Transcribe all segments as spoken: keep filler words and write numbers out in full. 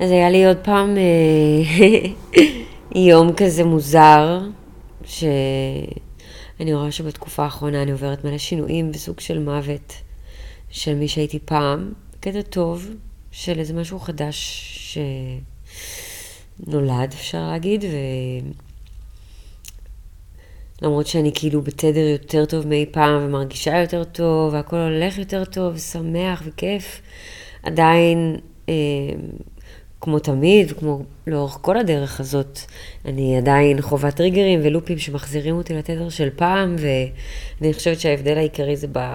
אז היה לי עוד פעם יום כזה מוזר, שאני רואה שבתקופה האחרונה אני עוברת מלא שינויים בסוג של מוות של מי שהייתי פעם, קטע טוב של איזה משהו חדש שנולד, אפשר להגיד, ולמרות שאני כאילו בתדר יותר טוב מאי פעם ומרגישה יותר טוב והכל הולך יותר טוב ושמח וכיף, עדיין אה, כמו תמיד וכמו לאורך כל הדרך הזאת, אני עדיין חווה טריגרים ולופים שמחזירים אותי לתדר של פעם, ואני חושבת שההבדל העיקרי זה ב...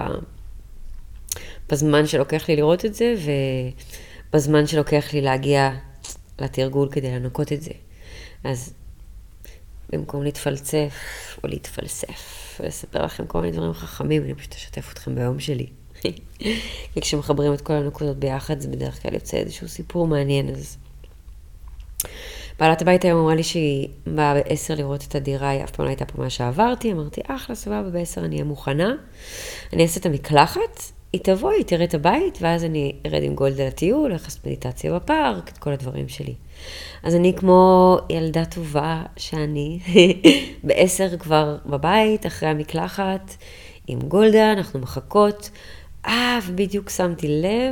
בזמן שלוקח לי לראות את זה, ובזמן שלוקח לי להגיע לתרגול כדי לנקות את זה. אז במקום להתפלצף או להתפלסף ולספר לכם כל מיני דברים חכמים, אני פשוט אשתף אתכם ביום שלי. כי כשמחברים את כל הנקודות ביחד, זה בדרך כלל יוצא איזשהו סיפור מעניין. אז בעלת הבית היום אמרה לי שהיא באה בעשר לראות את הדירה, היא אף פעם לא הייתה פה מה שעברתי, אמרתי, אחלה, סבבה, בעשר אני אהיה מוכנה, אני אעשה את המקלחת, היא תבוא, היא תראה את הבית, ואז אני ארד עם גולדה לטיול, לחס מדיטציה בפארק, את כל הדברים שלי. אז אני כמו ילדה טובה שאני בעשר כבר בבית, אחרי המקלחת, עם גולדה, אנחנו מחכות, אה, ובדיוק שמתי לב,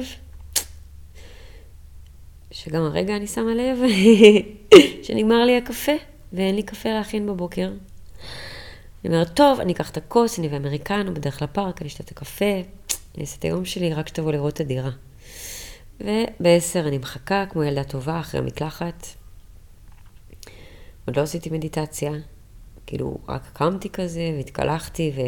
שגם הרגע אני שמה לב, שנגמר לי הקפה, ואין לי קפה להכין בבוקר. אני אומרת, טוב, אני אקח את הכוס, אני ואמריקנו, בדרך לפארק, אני אשתה את הקפה, אני אעשה את היום שלי, רק שתבוא לראות את הדירה. ובעשר אני מחכה, כמו ילדה טובה, אחרי המקלחת. עוד לא עשיתי מדיטציה, כאילו, רק קמתי כזה, והתקלחתי, ו...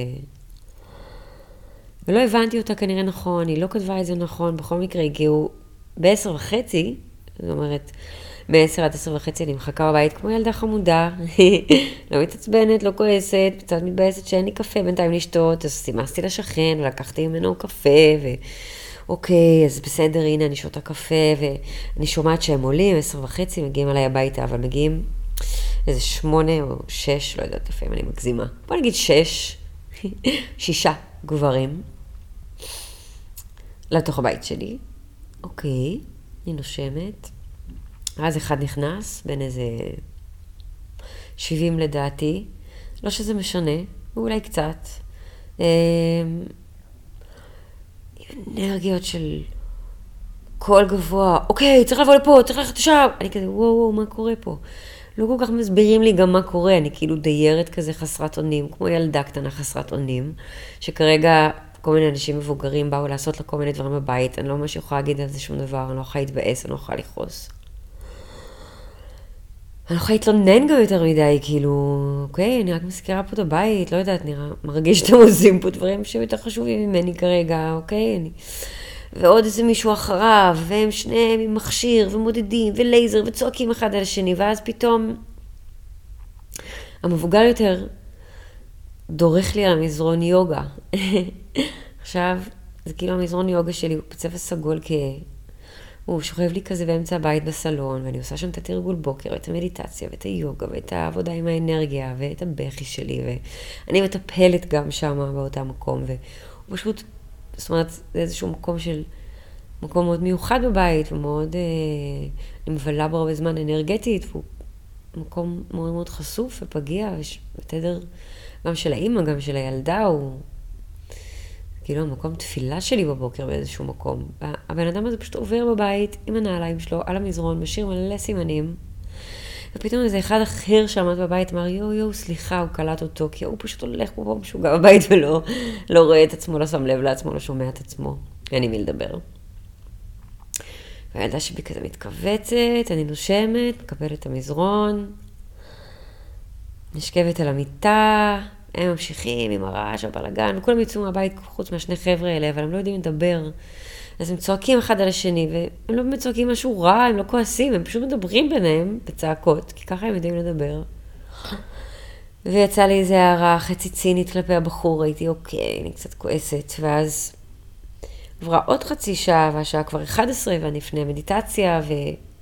ולא הבנתי אותה כנראה נכון, היא לא כתבה את זה נכון, בכל מקרה הגיעו בעשר וחצי, זאת אומרת, מעשר עד עשר וחצי אני מחכה בבית כמו ילדה חמודה, לא מתעצבנת, לא כועסת, קצת מתבאסת שאין לי קפה בינתיים לשתות, אז סימסתי לשכן ולקחתי ממנו קפה, ואוקיי, אז בסדר, הנה אני שותה קפה, ואני שומעת שהם עולים, עשר וחצי, מגיעים עליי הביתה, אבל מגיעים איזה שמונה או שש, לא יודעת לפעמים אני מגזימה, בוא נגיד שש, שישה גברים, לתוך הבית שלי, אוקיי, אני נושמת, אז אחד נכנס, בין איזה שבעים לדעתי, לא שזה משנה, אולי קצת, עם אנרגיות של קול גבוה, אוקיי, צריך לבוא לפה, צריך ללכת שם, אני כזה, וואו, וואו, מה קורה פה? לא כל כך מסבירים לי גם מה קורה, אני כאילו דיירת כזה חסרת אונים, כמו ילדה קטנה חסרת אונים, שכרגע כל מיני אנשים מבוגרים באו לעשות לה כל מיני דברים בבית, אני לא ממש יכולה להגיד על זה שום דבר, אני לא יכולה להתבאס, אני לא יכולה לכעוס. אני לא יכולה להתלונן גם יותר מדי, כאילו, אוקיי, אני רק מזכירה פה את הבית, לא יודעת, נראה, מרגיש שאתם עושים פה דברים שיותר חשובים ממני כרגע, אוקיי, אני... ועוד איזה מישהו אחריו, והם שניהם עם מכשיר, ומודדים, ולייזר, וצועקים אחד על השני, ואז פתאום המבוגר יותר דורך לי על המזרון יוגה. עכשיו, זה כאילו המזרון יוגה שלי, הוא בצבע סגול כ... הוא שוכב לי כזה באמצע הבית בסלון, ואני עושה שם את התרגול בוקר, ואת המדיטציה, ואת היוגה, ואת העבודה עם האנרגיה, ואת הבכי שלי, ואני מטפלת גם שם באותה מקום, והוא פשוט, זאת אומרת, זה איזשהו מקום של, מקום מאוד מיוחד בבית, ומאוד, אה, אני מבלה בו הרבה זמן אנרגטית, והוא מקום מאוד מאוד חשוף ופגיע, ותדר גם של האמא, גם של הילדה, הוא... כאילו, המקום תפילה שלי בבוקר באיזשהו מקום. הבן אדם הזה פשוט עובר בבית עם הנעליים שלו על המזרון, משאיר מלא סימנים, ופתאום איזה אחד אחר שעמד בבית אמר, יו יו, סליחה, הוא קלט אותו, כי הוא פשוט הולך פה משוגע בבית ולא לא רואה את עצמו, לא שם לב לעצמו, לא שומע את עצמו. אין עם מי לדבר. והילדה שבי כזה מתכווצת, אני נושמת, מקבלת את המזרון, נשכבת על המיטה, הם ממשיכים עם הרעש, הבלגן, כולם יצאו מהבית חוץ מהשני חבר'ה האלה, אבל הם לא יודעים לדבר. אז הם צועקים אחד על השני, והם לא באמת צועקים משהו רע, הם לא כועסים, הם פשוט מדברים ביניהם בצעקות, כי ככה הם יודעים לדבר. ויצא לי איזו הערה חצי צינית כלפי הבחור, הייתי אוקיי, אני קצת כועסת, ואז עברה עוד חצי שעה, והשעה כבר אחת עשרה, ואני לפני מדיטציה, ו...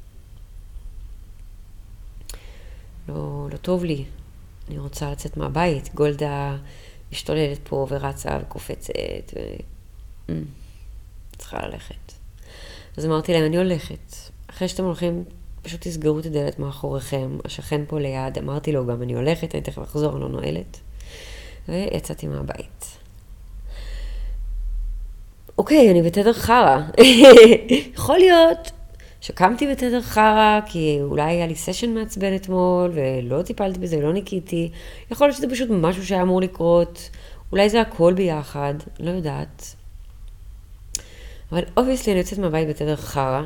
לא, לא טוב לי. אני רוצה לצאת מהבית, גולדה משתוללת פה ורצה וקופצת, ו... צריכה ללכת. אז אמרתי להם, אני הולכת. אחרי שאתם הולכים, פשוט תסגרו את הדלת מאחוריכם, השכן פה ליד, אמרתי לו גם, אני הולכת, אני תכף לחזור, אני לא נועלת. ויצאתי מהבית. אוקיי, אני בתדר חרה. יכול להיות שקמתי בתדר חרה, כי אולי היה לי סשן מעצבן אתמול, ולא טיפלתי בזה, לא ניקיתי. יכול להיות שזה פשוט משהו שהיה אמור לקרות. אולי זה הכל ביחד, לא יודעת. אבל obviously אני יוצאת מהבית בתדר חרה.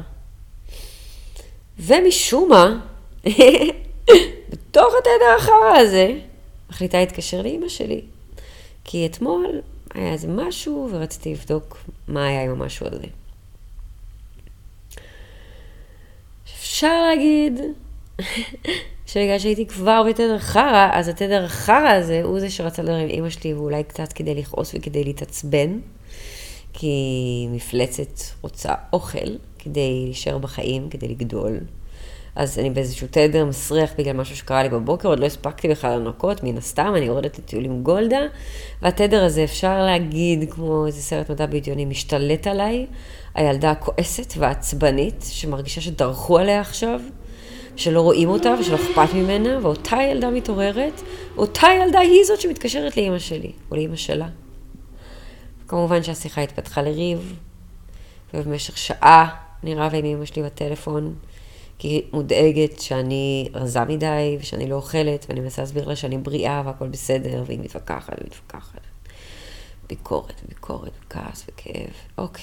ומשום מה, בתוך התדר החרה הזה, מחליטה להתקשר לאמא שלי. כי אתמול היה איזה משהו, ורציתי לבדוק מה היה עם המשהו הזה. אפשר להגיד שבגלל שהייתי כבר בתדר חרה, אז התדר החרה הזה הוא זה שרצה לדבר עם אמא שלי, ואולי קצת כדי לכעוס וכדי להתעצבן, כי מפלצת רוצה אוכל כדי להישאר בחיים, כדי לגדול. אז אני באיזשהו תדר מסריח בגלל משהו שקרה לי בבוקר, עוד לא הספקתי בכלל לנקות, מן הסתם, אני יורדת לטיול עם גולדה, והתדר הזה אפשר להגיד, כמו איזה סרט מדע בדיוני, משתלט עליי, הילדה הכועסת והעצבנית, שמרגישה שדרכו עליה עכשיו, שלא רואים אותה ושלא אכפת ממנה, ואותה ילדה מתעוררת, ואותה ילדה היא זאת שמתקשרת לאמא שלי, או לאמא שלה. כמובן שהשיחה התפתחה לריב, ובמשך שעה אני רבה עם אמא שלי בטלפון, כי היא מודאגת שאני רזה מדי, ושאני לא אוכלת, ואני מנסה להסביר לה שאני בריאה, והכל בסדר, והיא מתווכחת ומתווכחת. ביקורת, ביקורת, וכעס וכאב. אוקיי.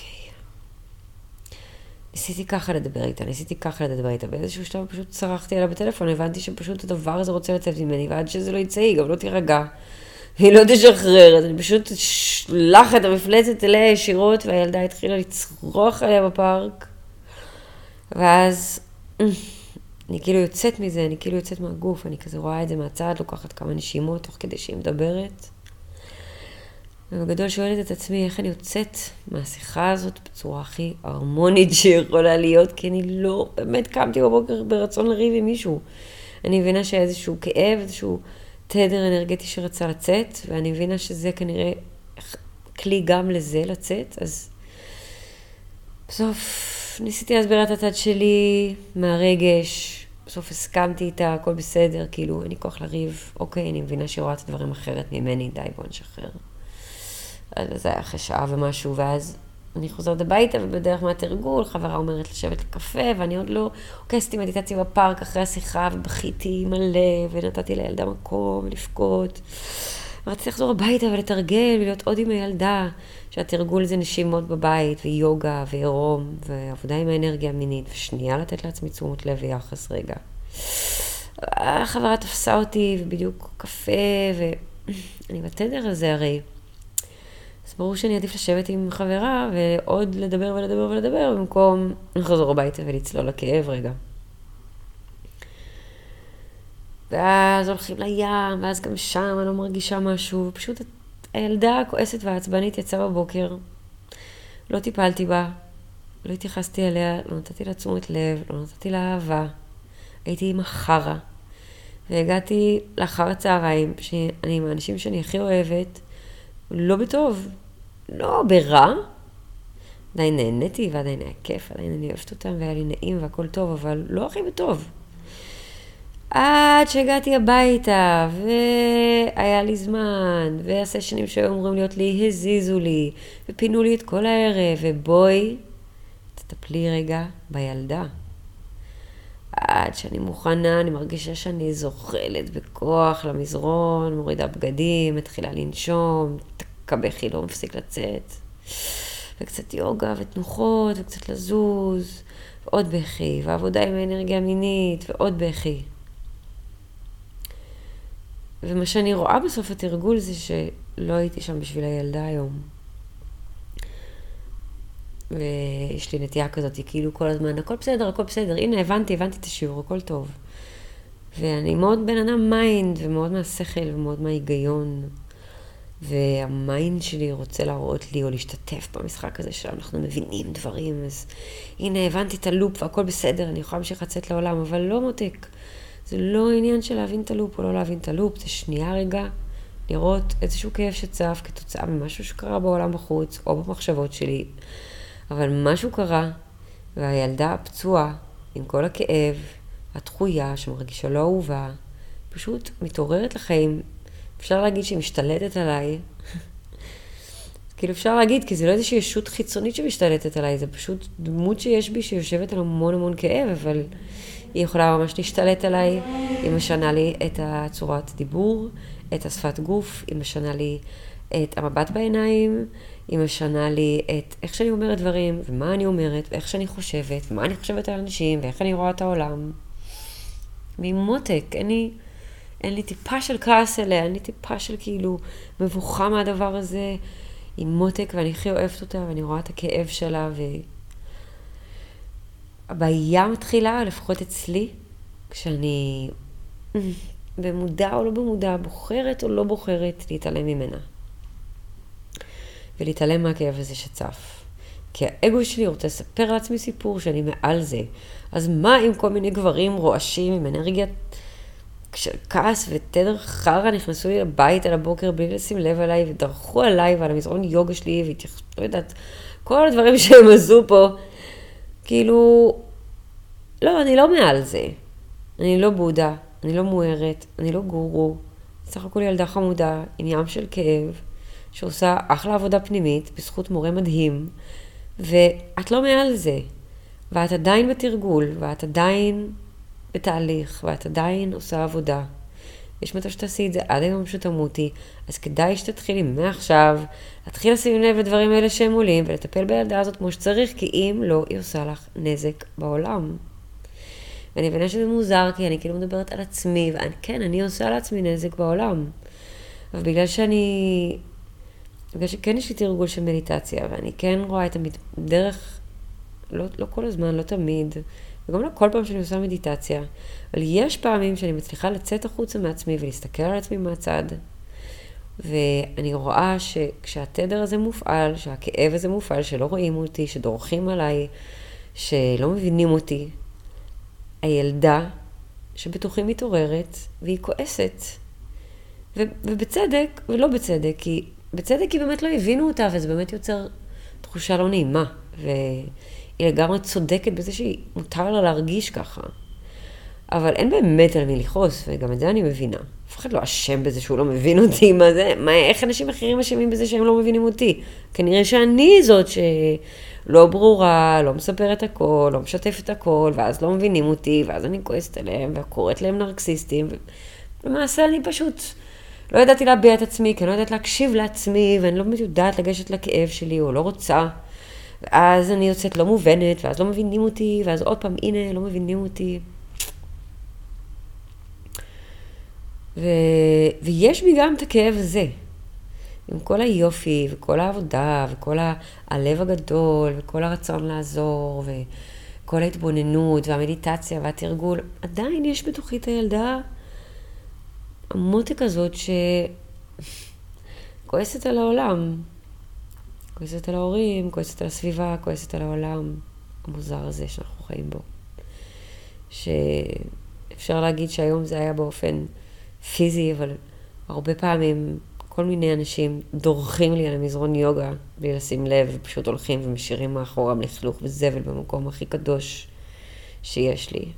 ניסיתי ככה לדבר איתה, ניסיתי ככה לדבר איתה, באיזשהו שלב פשוט צרחתי עליה בטלפון, הבנתי שפשוט הדבר הזה רוצה לצאת ממני, ועד שזה לא יצא, היא גם לא תירגע. היא לא תשחרר, אז אני פשוט שלח את המפלצת אליה ישירות, והילדה התחילה לצרוח עליה בפארק. ואז אני כאילו יוצאת מזה, אני כאילו יוצאת מהגוף, אני כזה רואה את זה מהצד, לוקחת כמה נשימות תוך כדי שהיא מדברת. ובגדול שואלת את עצמי איך אני יוצאת מהשיחה הזאת בצורה הכי הרמונית שיכולה להיות, כי אני לא באמת קמתי בבוקר ברצון לריב עם מישהו. אני מבינה שהיה איזשהו כאב, איזשהו תדר אנרגטי שרצה לצאת, ואני מבינה שזה כנראה כלי גם לזה לצאת, אז בסוף ניסיתי להסביר את הצד שלי מהרגש, בסוף הסכמתי איתה, הכל בסדר, כאילו אין לי כוח לריב, אוקיי, אני מבינה שהיא רואה את הדברים אחרת ממני, די בוא נשחרר. אז זה היה אחרי שעה ומשהו, ואז אני חוזרת הביתה, ובדרך מהתרגול, חברה אומרת לשבת לקפה, ואני עוד לא, אוקיי, עשיתי מדיטציה בפארק אחרי השיחה, ובכיתי מלא, ונתתי לילדה מקום ולבכות. ורציתי לחזור הביתה ולתרגל, ולהיות עוד עם הילדה, שהתרגול זה נשימות בבית, ויוגה, ועירום, ועבודה עם האנרגיה המינית, ושנייה לתת לעצמי תשומת לב ויחס רגע. החברה תפסה אותי, ובדיוק קפה, ואני בתדר הזה הרי. אז ברור שאני עדיף לשבת עם חברה, ועוד לדבר ולדבר ולדבר, במקום לחזור הביתה ולצלול לכאב רגע. ואז הולכים לים, ואז גם שם אני לא מרגישה משהו, פשוט הילדה הכועסת והעצבנית יצאה בבוקר, לא טיפלתי בה, לא התייחסתי אליה, לא נתתי לה תשומת לב, לא נתתי לה אהבה, הייתי עם החרה, והגעתי לאחר הצהריים, שאני עם האנשים שאני הכי אוהבת, לא בטוב, לא ברע, עדיין נהניתי ועדיין היה כיף, עדיין אני אוהבת אותם והיה לי נעים והכל טוב, אבל לא הכי בטוב. עד שהגעתי הביתה, והיה לי זמן, והסשנים שהיו אמורים להיות לי, הזיזו לי, ופינו לי את כל הערב, ובואי, תטפלי רגע בילדה. עד שאני מוכנה, אני מרגישה שאני זוחלת בכוח למזרון, מורידה בגדים, מתחילה לנשום, תקבחי, לא מפסיק לצאת. וקצת יוגה ותנוחות, וקצת לזוז, ועוד בכי, ועבודה עם האנרגיה המינית, ועוד בכי. ומה שאני רואה בסוף התרגול זה שלא הייתי שם בשביל הילדה היום. ויש לי נטייה כזאת, כאילו כל הזמן, הכל בסדר, הכל בסדר, הנה הבנתי, הבנתי את השיעור, הכל טוב. ואני מאוד בן אדם מיינד, ומאוד מהשכל, ומאוד מההיגיון. והמיינד שלי רוצה להראות לי, או להשתתף במשחק הזה שאנחנו מבינים דברים, אז הנה הבנתי את הלופ, והכל בסדר, אני יכולה להמשיך לצאת לעולם, אבל לא מותק. זה לא עניין של להבין את הלופ או לא להבין את הלופ, זה שנייה רגע לראות איזשהו כאב שצף כתוצאה ממשהו שקרה בעולם בחוץ או במחשבות שלי. אבל משהו קרה, והילדה הפצועה עם כל הכאב, התחויה שמרגישה לא אהובה, פשוט מתעוררת לחיים. אפשר להגיד שהיא משתלטת עליי. כאילו אפשר להגיד, כי זה לא איזושהי ישות חיצונית שמשתלטת עליי, זה פשוט דמות שיש בי שיושבת על המון המון כאב, אבל היא יכולה ממש להשתלט עליי. היא משנה לי את הצורת דיבור, את השפת גוף, היא משנה לי את המבט בעיניים, היא משנה לי את איך שאני אומרת דברים, ומה אני אומרת, ואיך שאני חושבת, ומה אני חושבת על אנשים, ואיך אני רואה את העולם. והיא מותק, אין לי, אין לי טיפה של כעס אליה, אין לי טיפה של כאילו מבוכה מהדבר הזה. היא מותק ואני הכי אוהבת אותה, ואני רואה את הכאב שלה, והבעיה מתחילה, לפחות אצלי, כשאני במודע או לא במודע, בוחרת או לא בוחרת להתעלם ממנה. ולהתעלם מהכאב הזה שצף. כי האגו שלי רוצה לספר לעצמי סיפור שאני מעל זה. אז מה אם כל מיני גברים רועשים עם אנרגיית כעס ותדר חרה נכנסו לי לבית על הבוקר בלי לשים לב עליי ודרכו עליי ועל המזרון יוגה שלי והתייחסו, לא יודעת, כל הדברים שהם עשו פה. כאילו, לא, אני לא מעל זה. אני לא בודה, אני לא מוארת, אני לא גורו. סך הכל ילדה חמודה עם ים של כאב, שעושה אחלה עבודה פנימית בזכות מורה מדהים, ואת לא מעל זה. ואת עדיין בתרגול, ואת עדיין בתהליך, ואת עדיין עושה עבודה. יש מצב שתעשי את זה עד היום שתמותי, אז כדאי שתתחילי מעכשיו, להתחיל לשים לב לדברים האלה שהם עולים, ולטפל בילדה הזאת כמו שצריך, כי אם לא, היא עושה לך נזק בעולם. ואני מבינה שזה מוזר, כי אני כאילו מדברת על עצמי, וכן, אני עושה לעצמי נזק בעולם. אבל בגלל שאני, בגלל שכן יש לי תרגול של מדיטציה, ואני כן רואה את הדרך, לא, לא כל הזמן, לא תמיד, וגם לא כל פעם שאני עושה מדיטציה, אבל יש פעמים שאני מצליחה לצאת החוצה מעצמי ולהסתכל על עצמי מהצד, ואני רואה שכשהתדר הזה מופעל, שהכאב הזה מופעל, שלא רואים אותי, שדורכים עליי, שלא מבינים אותי, הילדה שבתוכי מתעוררת והיא כועסת. ו- ובצדק, ולא בצדק, כי בצדק היא באמת לא הבינו אותה, וזה באמת יוצר תחושה לא נעימה. והיא לגמרי צודקת בזה שהיא מותר לה להרגיש ככה. אבל אין באמת על מי לכעוס, וגם את זה אני מבינה. אף אחד לא אשם בזה שהוא לא מבין אותי, מה זה, מה, איך אנשים אחרים אשמים בזה שהם לא מבינים אותי? כנראה שאני זאת שלא ברורה, לא מספרת הכל, לא משתפת הכל, ואז לא מבינים אותי, ואז אני כועסת עליהם, וקוראת להם נרקסיסטים, ולמעשה אני פשוט לא ידעתי להביע את עצמי, כי אני לא יודעת להקשיב לעצמי, ואני לא יודעת לגשת לכאב שלי, או לא רוצה. ואז אני יוצאת לא מובנת, ואז לא מבינים אותי, ואז עוד פעם, הנה, לא מבינים אותי. ו... ויש בי גם את הכאב הזה, עם כל היופי, וכל העבודה, וכל ה... הלב הגדול, וכל הרצון לעזור, וכל ההתבוננות, והמדיטציה, והתרגול. עדיין יש בתוכי את הילדה המותק הזאת שכועסת על העולם. כועסת על ההורים, כועסת על הסביבה, כועסת על העולם המוזר הזה שאנחנו חיים בו. שאפשר להגיד שהיום זה היה באופן פיזי, אבל הרבה פעמים כל מיני אנשים דורכים לי על המזרון יוגה בלי לשים לב, ופשוט הולכים ומשאירים מאחורם לכלוך וזבל במקום הכי קדוש שיש לי.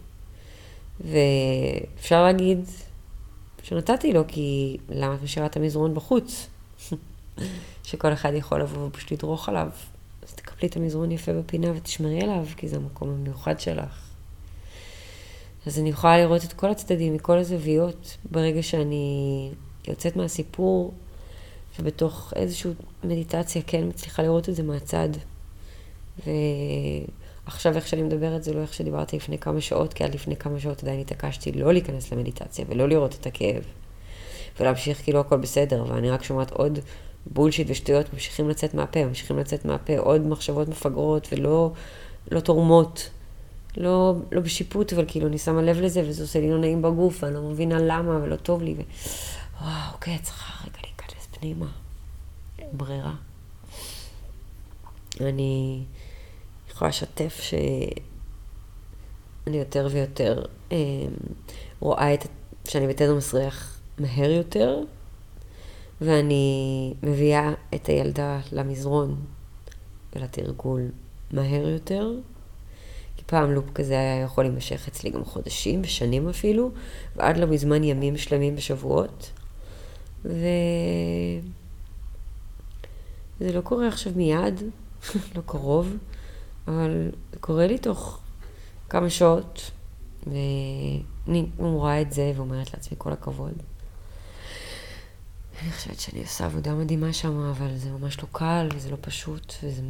ואפשר להגיד שנתתי לו, כי למה את משאירה את המזרון בחוץ? שכל אחד יכול לבוא ופשוט לדרוך עליו. אז תקפלי את המזרון יפה בפינה ותשמרי עליו, כי זה המקום המיוחד שלך. אז אני יכולה לראות את כל הצדדים, מכל הזוויות, ברגע שאני יוצאת מהסיפור, ובתוך איזושהי מדיטציה כן מצליחה לראות את זה מהצד. ועכשיו איך שאני מדברת זה לא איך שדיברתי לפני כמה שעות, כי עד לפני כמה שעות עדיין התעקשתי לא להיכנס למדיטציה ולא לראות את הכאב. ולהמשיך כאילו הכל בסדר, ואני רק שומעת עוד בולשיט ושטויות, ממשיכים לצאת מהפה, ממשיכים לצאת מהפה, עוד מחשבות מפגרות ולא לא תורמות. לא, לא בשיפוט, אבל כאילו אני שמה לב לזה, וזה עושה לי לא נעים בגוף, ואני לא מבינה למה, ולא טוב לי, ו... וואו, אוקיי, צריכה רגע להיכנס פנימה. ברירה. אני יכולה לשתף שאני יותר ויותר אה, רואה את... שאני בתדר מסריח מהר יותר, ואני מביאה את הילדה למזרון ולתרגול מהר יותר, פעם לופ כזה היה יכול להימשך אצלי גם חודשים ושנים אפילו, ועד לא מזמן ימים שלמים בשבועות. וזה לא קורה עכשיו מיד, לא קרוב, אבל זה קורה לי תוך כמה שעות, ואני רואה את זה ואומרת לעצמי כל הכבוד. אני חושבת שאני עושה עבודה מדהימה שם, אבל זה ממש לא קל וזה לא פשוט, וזה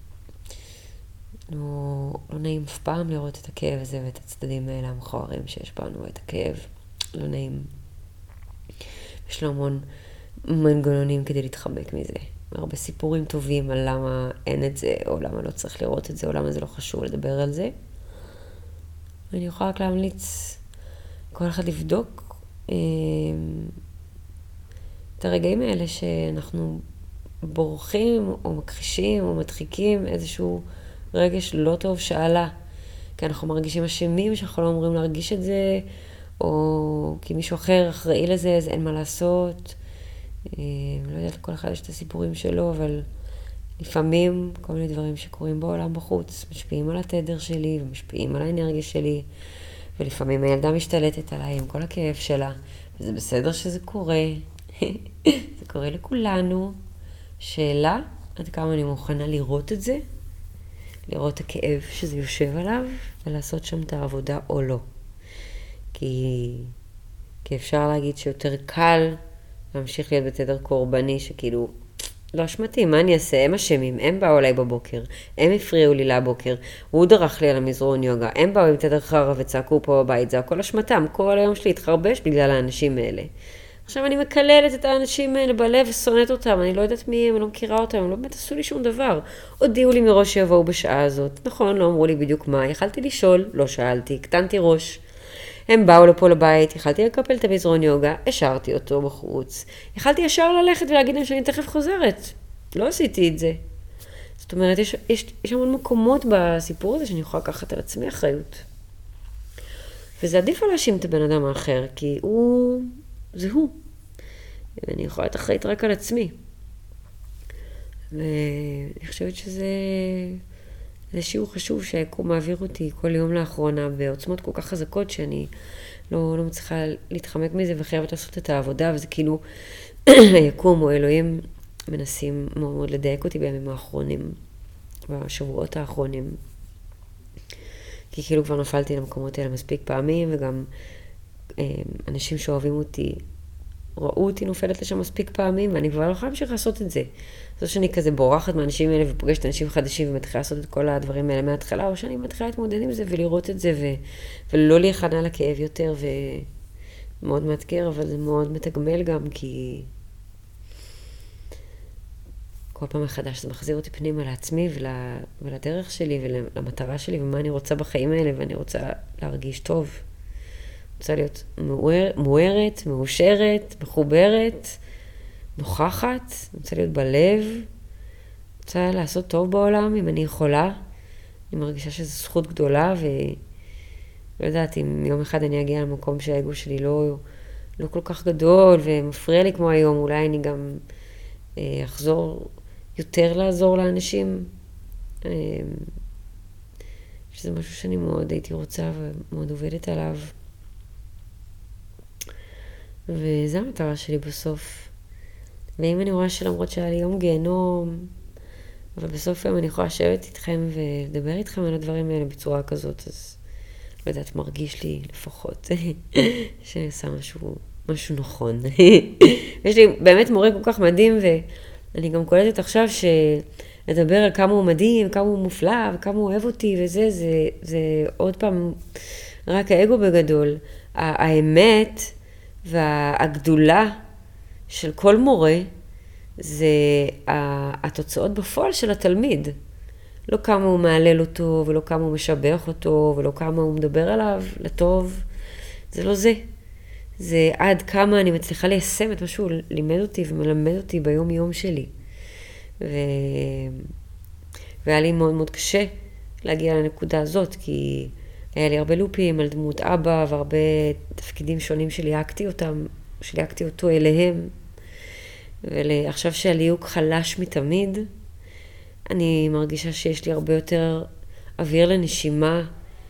לא, לא נעים אף פעם לראות את הכאב הזה ואת הצדדים האלה המכוערים שיש בנו, את הכאב. לא נעים. יש לו המון מנגנונים כדי להתחמק מזה. הרבה סיפורים טובים על למה אין את זה, או למה לא צריך לראות את זה, או למה זה לא חשוב לדבר על זה. אני יכולה רק להמליץ כל אחד לבדוק אה, את הרגעים האלה שאנחנו בורחים או מכחישים או מדחיקים איזשהו רגש לא טוב שעלה. כי אנחנו מרגישים אשמים שאנחנו לא אמורים להרגיש את זה, או כי מישהו אחר אחראי לזה, אז אין מה לעשות. אני לא יודעת, לכל אחד יש את הסיפורים שלו, אבל לפעמים כל מיני דברים שקורים בעולם בחוץ משפיעים על התדר שלי ומשפיעים על האנרגיה שלי, ולפעמים הילדה משתלטת עליי עם כל הכאב שלה, וזה בסדר שזה קורה. זה קורה לכולנו. שאלה, עד כמה אני מוכנה לראות את זה, לראות את הכאב שזה יושב עליו, ולעשות שם את העבודה או לא. כי, כי אפשר להגיד שיותר קל להמשיך להיות בתדר קורבני, שכאילו, לא אשמתי, מה אני אעשה? הם אשמים, הם באו אליי בבוקר, הם הפריעו לי לבוקר, הוא דרך לי על המזרון יוגה, הם באו עם תדר חרא וצעקו פה בבית, זה הכל אשמתם, כל היום שלי התחרבש בגלל האנשים האלה. עכשיו אני מקללת את האנשים האלה בלב ושונאת אותם, אני לא יודעת מי הם, אני לא מכירה אותם, הם לא באמת עשו לי שום דבר. הודיעו לי מראש שיבואו בשעה הזאת, נכון, לא אמרו לי בדיוק מה, יכלתי לשאול, לא שאלתי, קטנתי ראש. הם באו לפה לבית, יכלתי לקפל את המזרון יוגה, השארתי אותו בחוץ. יכלתי ישר ללכת ולהגיד להם שאני תכף חוזרת. לא עשיתי את זה. זאת אומרת, יש, יש, יש המון מקומות בסיפור הזה שאני יכולה לקחת על עצמי אחריות. וזה עדיף להאשים את הבן אדם האחר, כי הוא, זה הוא. ואני יכולה להיות אחראית רק על עצמי. ואני חושבת שזה זה שיעור חשוב שהיקום מעביר אותי כל יום לאחרונה בעוצמות כל כך חזקות שאני לא, לא מצליחה להתחמק מזה וחייבת לעשות את העבודה, וזה כאילו היקום או אלוהים מנסים מאוד מאוד לדייק אותי בימים האחרונים, בשבועות האחרונים. כי כאילו כבר נפלתי למקומות האלה מספיק פעמים, וגם אנשים שאוהבים אותי ראו אותי נופלת לשם מספיק פעמים, ואני כבר לא יכולה להמשיך לעשות את זה. זו שאני כזה בורחת מהאנשים האלה ופוגשת אנשים חדשים ומתחילה לעשות את כל הדברים האלה מההתחלה, או שאני מתחילה להתמודד עם זה ולראות את זה, ו... ולא להיכנע לכאב יותר, ומאוד מאתגר, אבל זה מאוד מתגמל גם, כי כל פעם מחדש זה מחזיר אותי פנימה לעצמי ול... ולדרך שלי ולמטרה שלי ומה אני רוצה בחיים האלה, ואני רוצה להרגיש טוב. רוצה להיות מואר, מוארת, מאושרת, מחוברת, נוכחת, רוצה להיות בלב, רוצה לעשות טוב בעולם אם אני יכולה. אני מרגישה שזו זכות גדולה, ולא יודעת אם יום אחד אני אגיע למקום שהאגו שלי לא, לא כל כך גדול ומפריע לי כמו היום, אולי אני גם אה, אחזור יותר לעזור לאנשים. אה, שזה משהו שאני מאוד הייתי רוצה ומאוד עובדת עליו. וזו המטרה שלי בסוף. ואם אני רואה שלמרות שהיה לי יום גיהנום, אבל בסוף היום אני יכולה לשבת איתכם ולדבר איתכם על הדברים האלה בצורה כזאת, אז לא יודעת, מרגיש לי לפחות שאני עושה משהו, משהו נכון. יש לי באמת מורה כל כך מדהים, ואני גם קולטת עכשיו שלדבר על כמה הוא מדהים, כמה הוא מופלא, וכמה הוא אוהב אותי, וזה, זה, זה עוד פעם רק האגו בגדול. האמת והגדולה של כל מורה זה התוצאות בפועל של התלמיד. לא כמה הוא מעלל אותו, ולא כמה הוא משבח אותו, ולא כמה הוא מדבר עליו לטוב. זה לא זה. זה עד כמה אני מצליחה ליישם את מה שהוא לימד אותי ומלמד אותי ביום יום שלי. ו... והיה לי מאוד מאוד קשה להגיע לנקודה הזאת, כי היה לי הרבה לופים על דמות אבא, והרבה תפקידים שונים שליהקתי אותם, שליהקתי אותו אליהם. ועכשיו שהליהוק חלש מתמיד, אני מרגישה שיש לי הרבה יותר אוויר לנשימה,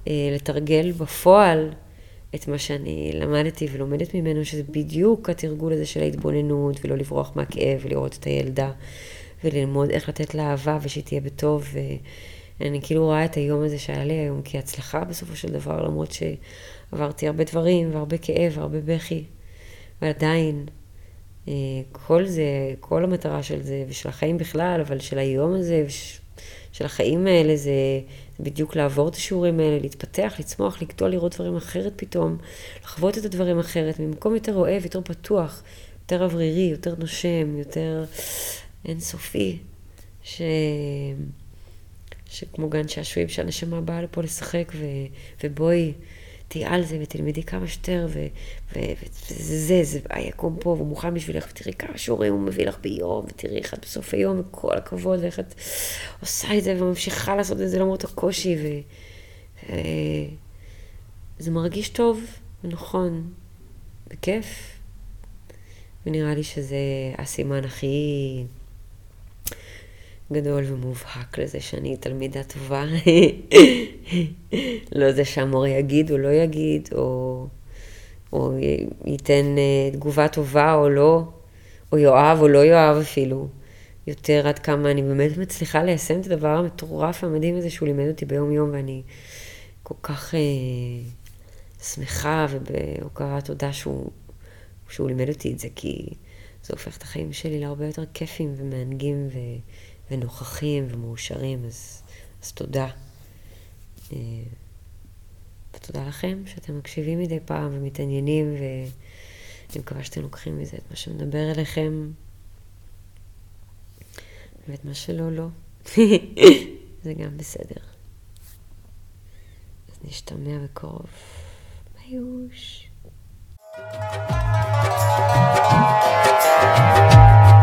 לתרגל בפועל את מה שאני למדתי ולומדת ממנו, שזה בדיוק התרגול הזה של ההתבוננות, ולא לברוח מהכאב, ולראות את הילדה, וללמוד איך לתת לה אהבה, ושהיא תהיה בטוב. ואני כאילו רואה את היום הזה שהיה לי היום כהצלחה בסופו של דבר, למרות שעברתי הרבה דברים, והרבה כאב, והרבה בכי. ועדיין, כל זה, כל המטרה של זה, ושל החיים בכלל, אבל של היום הזה, וש... של החיים האלה, זה, זה בדיוק לעבור את השיעורים האלה, להתפתח, לצמוח, לגדול, לראות דברים אחרת פתאום, לחוות את הדברים אחרת, ממקום יותר אוהב, יותר פתוח, יותר אוורירי, יותר נושם, יותר אינסופי, ש... שכמו גן שעשועים שהנשמה באה לפה לשחק, ו... ובואי, תהי על זה ותלמדי כמה שתר, ו... ו... וזה זה, זה היקום פה, והוא מוכן בשבילך, ותראי כמה שיעורים הוא מביא לך ביום, ותראי איך את בסוף היום, וכל הכבוד, ואיך את עושה את זה, וממשיכה לעשות את זה למרות הקושי, ו... ו... זה מרגיש טוב, ונכון, וכיף, ונראה לי שזה הסימן הכי גדול ומובהק לזה שאני תלמידה טובה. לא זה שהמורה יגיד או לא יגיד, או, או ייתן תגובה טובה או לא, או יואב או לא יואב אפילו. יותר עד כמה אני באמת מצליחה ליישם את הדבר המטורף המדהים הזה שהוא לימד אותי ביום יום, ואני כל כך אה, שמחה ובהוקרת תודה שהוא, שהוא לימד אותי את זה, כי זה הופך את החיים שלי להרבה יותר כיפים ומענגים ו... ונוכחים ומאושרים, אז, אז תודה. ותודה לכם שאתם מקשיבים מדי פעם ומתעניינים, ואני מקווה שאתם לוקחים מזה את מה שמדבר אליכם, ואת מה שלא, לא. זה גם בסדר. אז נשתמע בקרוב. ביוש.